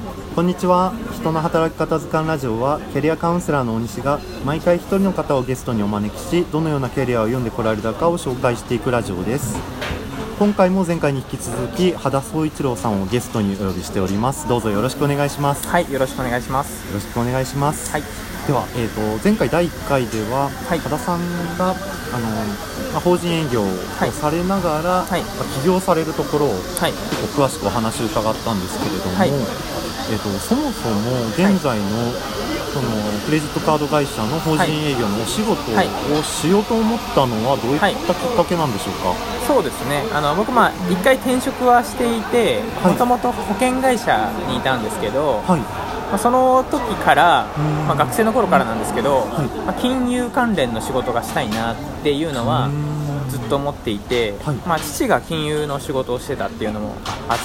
こんにちは。人の働き方図鑑ラジオはキャリアカウンセラーの大西が毎回一人の方をゲストにお招きし、どのようなキャリアを歩んでこられたかを紹介していくラジオです。今回も前回に引き続き羽田宗一郎さんをゲストにお呼びしております。どうぞよろしくお願いします。 はい、よろしくお願いします。 よろしくお願いします。 はい、 では、前回第1回では、羽田さんが法人営業をされながら、起業されるところを、結構詳しくお話を伺ったんですけれども、そもそも現在の、そのクレジットカード会社の法人営業のお仕事をしようと思ったのはどういったきっかけなんでしょうか。 そうですね、僕1回転職はしていて、もともと保険会社にいたんですけど、その時から、学生の頃からなんですけど、金融関連の仕事がしたいなっていうのはずっと思っていて、父が金融の仕事をしてたっていうのもあって、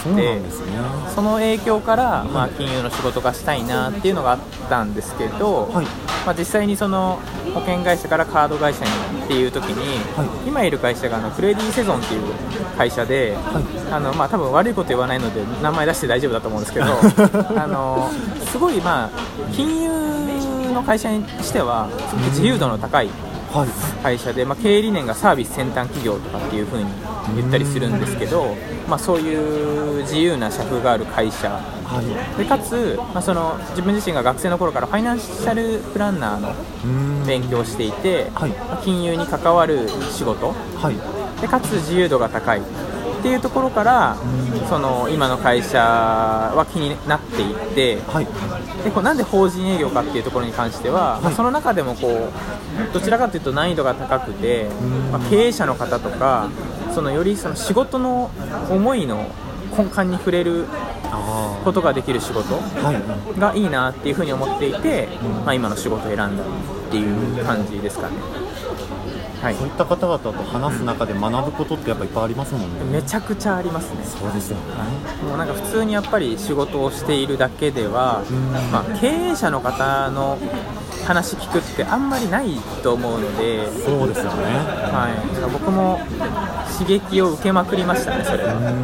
その影響から、金融の仕事がしたいなっていうのがあったんですけど、実際にその保険会社からカード会社にっていう時に、今いる会社がクレディセゾンっていう会社で、多分悪いこと言わないので名前出して大丈夫だと思うんですけどすごい金融の会社にしてはすごく自由度の高い会社で、経営理念がサービス先端企業とかっていう風に言ったりするんですけど、そういう自由な社風がある会社で、かつ、その自分自身が学生の頃からファイナンシャルプランナーの勉強をしていて、金融に関わる仕事で、かつ自由度が高いっていうところから、その今の会社は気になっていって、でなんで法人営業かっていうところに関しては、その中でもどちらかというと難易度が高くて、経営者の方とかよりその仕事の思いの根幹に触れることができる仕事がいいなっていうふうに思っていて、今の仕事を選んだっていう感じですかね。 そういった方々と話す中で学ぶことってやっぱいっぱいありますもんね。 めちゃくちゃありますね。 そうですよね。 もうなんか普通にやっぱり仕事をしているだけでは、経営者の方の話聞くってあんまりないと思うので。 そうですよね。 だから僕も刺激を受けまくりましたね、それは。なる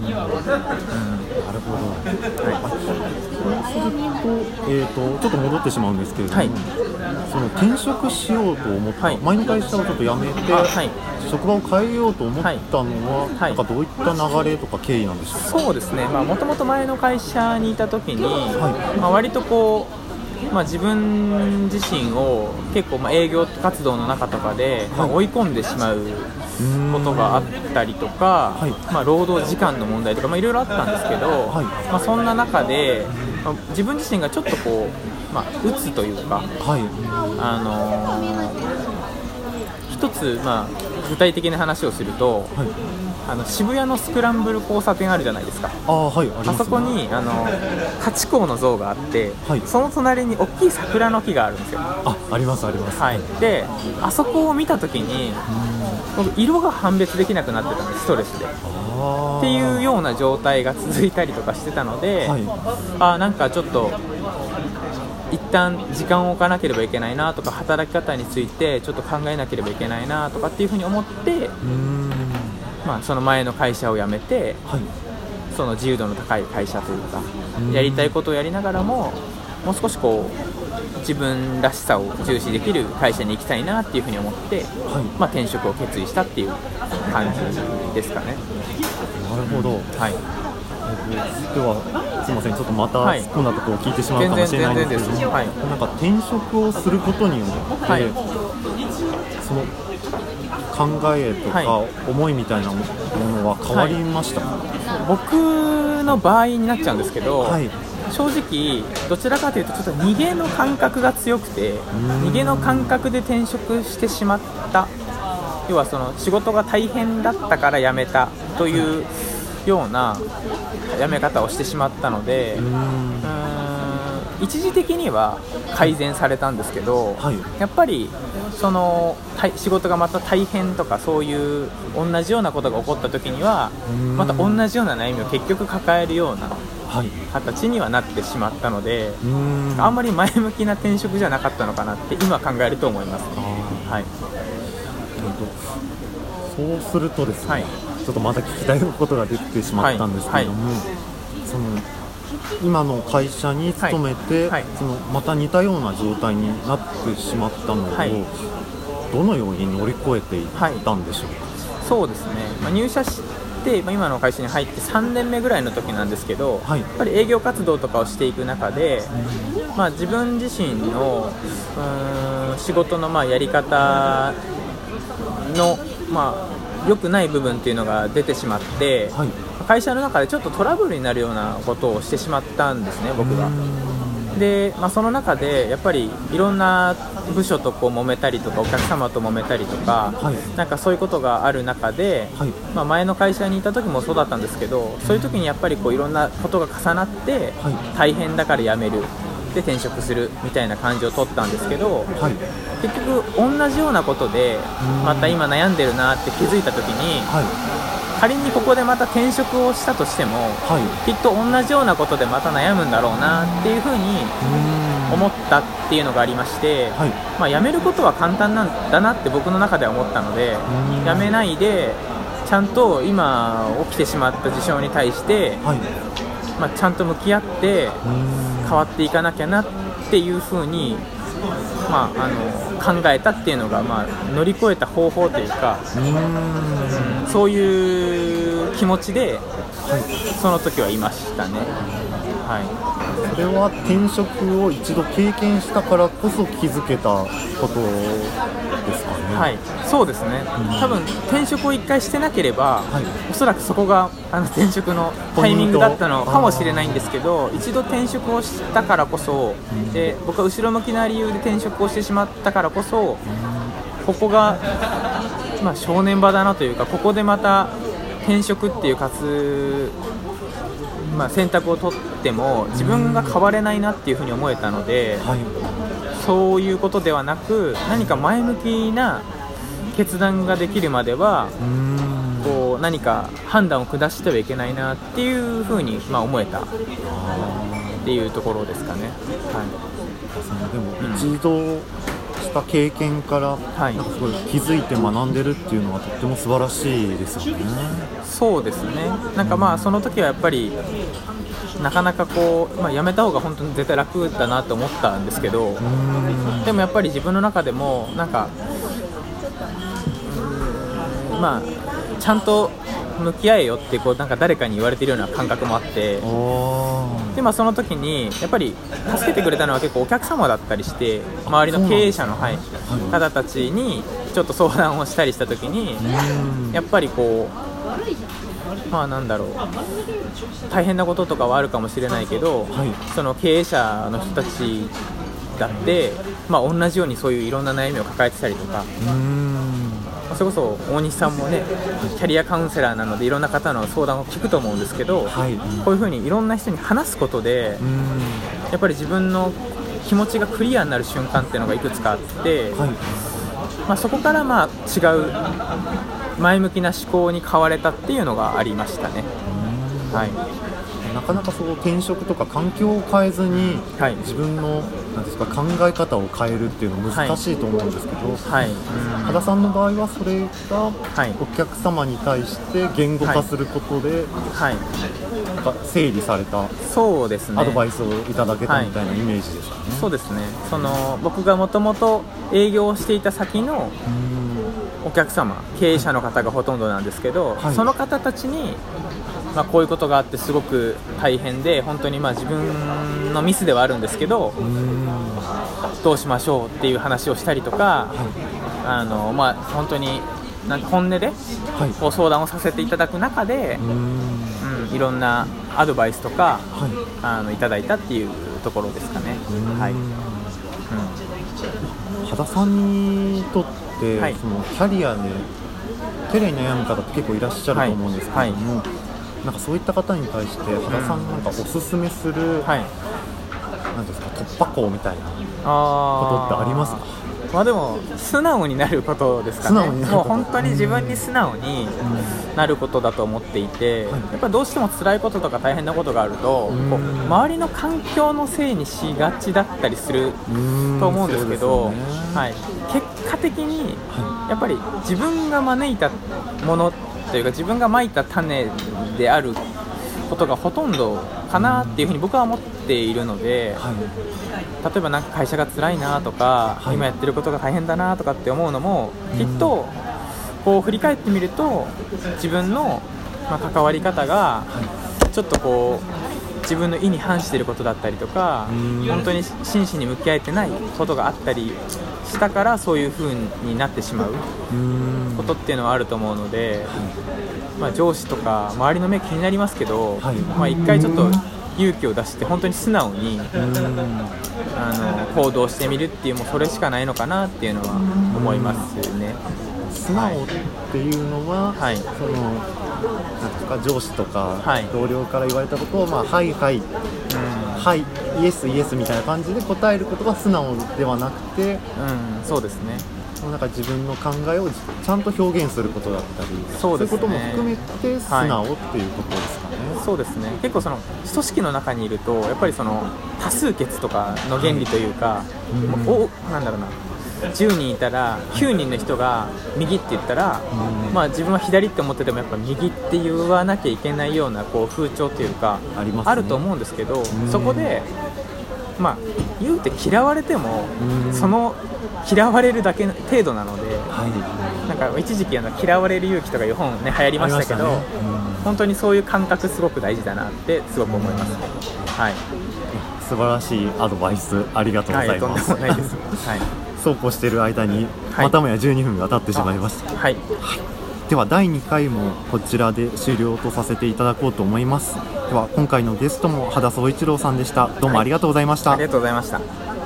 ほど。そうすると、ちょっと戻ってしまうんですけれども、その転職しようと思った、前の会社をちょっと辞めて、職場を変えようと思ったのは、なんかどういった流れとか経緯なんでしょうか。 そうですね、もともと前の会社にいた時に、割と自分自身を結構営業活動の中とかで、追い込んでしまうことがあったりとか、労働時間の問題とかいろいろあったんですけど、そんな中で、自分自身がちょっと鬱というか、一つ具体的な話をすると、渋谷のスクランブル交差点あるじゃないですか。あそこにハチ公の像があって、その隣に大きい桜の木があるんですよ。 ありますあります。 で、あそこを見たときに色が判別できなくなってたんです、ストレスで。っていうような状態が続いたりとかしてたので、なんかちょっと一旦時間を置かなければいけないなとか、働き方についてちょっと考えなければいけないなとかっていうふうに思って、その前の会社を辞めて、その自由度の高い会社というか、やりたいことをやりながらも、もう少し自分らしさを重視できる会社に行きたいなっていうふうに思って、転職を決意したっていう感じですかね。 なるほど。ではすみません、ちょっとまた突っ込んだところを聞いてしまうかもしれないんですけど、なんか転職をすることによって、その考えとか思いみたいなものは変わりましたか。 僕の場合になっちゃうんですけど、正直どちらかというとちょっと逃げの感覚が強くて、逃げの感覚で転職してしまった。要はその仕事が大変だったから辞めたというような辞め方をしてしまったので、一時的には改善されたんですけど、やっぱりその仕事がまた大変とか、そういう同じようなことが起こった時にはまた同じような悩みを結局抱えるような形にはなってしまったので、あんまり前向きな転職じゃなかったのかなって今考えると思います。 そうするとですね、ちょっとまた聞きたいことが出てしまったんですけれども、その今の会社に勤めて、そのまた似たような状態になってしまったのを、どのように乗り越えていったんでしょうか。 そうですね、入社して、今の会社に入って3年目ぐらいの時なんですけど、やっぱり営業活動とかをしていく中で、自分自身の仕事のやり方の良くない部分っていうのが出てしまって、会社の中でちょっとトラブルになるようなことをしてしまったんですね、僕が。で、その中でやっぱりいろんな部署と揉めたりとか、お客様と揉めたりとか、なんかそういうことがある中で、前の会社にいた時もそうだったんですけど、そういう時にやっぱりいろんなことが重なって、大変だから辞めるで転職するみたいな感じを取ったんですけど、結局同じようなことでまた今悩んでるなって気づいた時に、仮にここでまた転職をしたとしても、きっと同じようなことでまた悩むんだろうなっていうふうに思ったっていうのがありまして、辞めることは簡単なんだなって僕の中では思ったので、辞めないでちゃんと今起きてしまった事象に対して、ちゃんと向き合って変わっていかなきゃなっていうふうに、考えたっていうのが、乗り越えた方法というか、そういう気持ちで、その時はいましたね。 それは転職を一度経験したからこそ気づけたことですかね。 そうですね、多分転職を1回してなければ、おそらくそこが転職のタイミングだったのかもしれないんですけど、一度転職をしたからこそ、で僕は後ろ向きな理由で転職をしてしまったからこそ、ここが、正念場だなというか、ここでまた転職っていう選択を取っても自分が変われないなっていうふうに思えたので、そういうことではなく、何か前向きな決断ができるまでは何か判断を下してはいけないなっていうふうに思えたっていうところですかね。 でも一度した経験から、なんかすごい気づいて学んでるっていうのはとっても素晴らしいですよね。 そうですね、なんかその時はやっぱりなかなか辞めた方が本当に絶対楽だなと思ったんですけど、でもやっぱり自分の中でもなんかちゃんと向き合えよってなんか誰かに言われているような感覚もあって、でその時にやっぱり助けてくれたのは結構お客様だったりして、周りの経営者の方たちにちょっと相談をしたりした時に、やっぱり大変なこととかはあるかもしれないけど、その経営者の人たちだって、同じようにそういういろんな悩みを抱えてたりとか、それこそ大西さんもね、キャリアカウンセラーなのでいろんな方の相談を聞くと思うんですけど、こういうふうにいろんな人に話すことで、やっぱり自分の気持ちがクリアになる瞬間っていうのがいくつかあって、そこから違う前向きな思考に変われたっていうのがありましたね。 なかなか転職とか環境を変えずに、自分の考え方を変えるっていうのは難しいと思うんですけど、羽田さんの場合はそれがお客様に対して言語化することで、なんか整理されたアドバイスをいただけたみたいなイメージですかね。 そうですね、僕がもともと営業をしていた先のお客様、経営者の方がほとんどなんですけど、その方たちにこういうことがあってすごく大変で、本当に自分のミスではあるんですけど、どうしましょうっていう話をしたりとか、本当に本音で相談をさせていただく中で、いろんなアドバイスとか、いただいたっていうところですかね。 羽田さんにとって、そのキャリアでキャリアに悩む方って結構いらっしゃると思うんですけども、なんかそういった方に対して羽田さんなんかおすすめする、なんですか、突破口みたいなことってありますか？ でも素直になることですかね。もう本当に自分に素直になることだと思っていて、やっぱりどうしても辛いこととか大変なことがあると、周りの環境のせいにしがちだったりすると思うんですけど、結果的にやっぱり自分が招いたものというか、自分がまいた種であることがほとんどかなっていうふうに僕は思っているので、例えばなんか会社が辛いなとか、今やってることが大変だなとかって思うのも、きっとこう振り返ってみると自分の関わり方がちょっとこう自分の意に反していることだったりとか、本当に真摯に向き合えてないことがあったりしたから、そういう風になってしまうことっていうのはあると思うので、上司とか周りの目気になりますけど、一回ちょっと勇気を出して本当に素直に行動してみるっていう、もうそれしかないのかなっていうのは思いますね。 素直っていうのは、そのなんとか上司とか同僚から言われたことを、はいはい、はい、イエスイエスみたいな感じで答えることが素直ではなくて、 そうですね、 なんか自分の考えをちゃんと表現することだったり、そういうことも含めて素直っていうことですかね。 そうですね、結構その組織の中にいるとやっぱりその多数決とかの原理というか、なんだろうな、10人いたら9人の人が右って言ったら、自分は左って思っててもやっぱ右って言わなきゃいけないようなこう風潮というか あると思うんですけど、そこで言うて嫌われてもその嫌われるだけ程度なので、なんか一時期嫌われる勇気とかいう本ね流行りましたけど、本当にそういう感覚すごく大事だなってすごく思いますね。 素晴らしいアドバイスありがとうございます。 とんでもないです。 そうこうしている間にまたもや12分が経ってしまいました。では第2回もこちらで終了とさせていただこうと思います。では今回のゲストも羽田宗一郎さんでした。どうもありがとうございました。 ありがとうございました。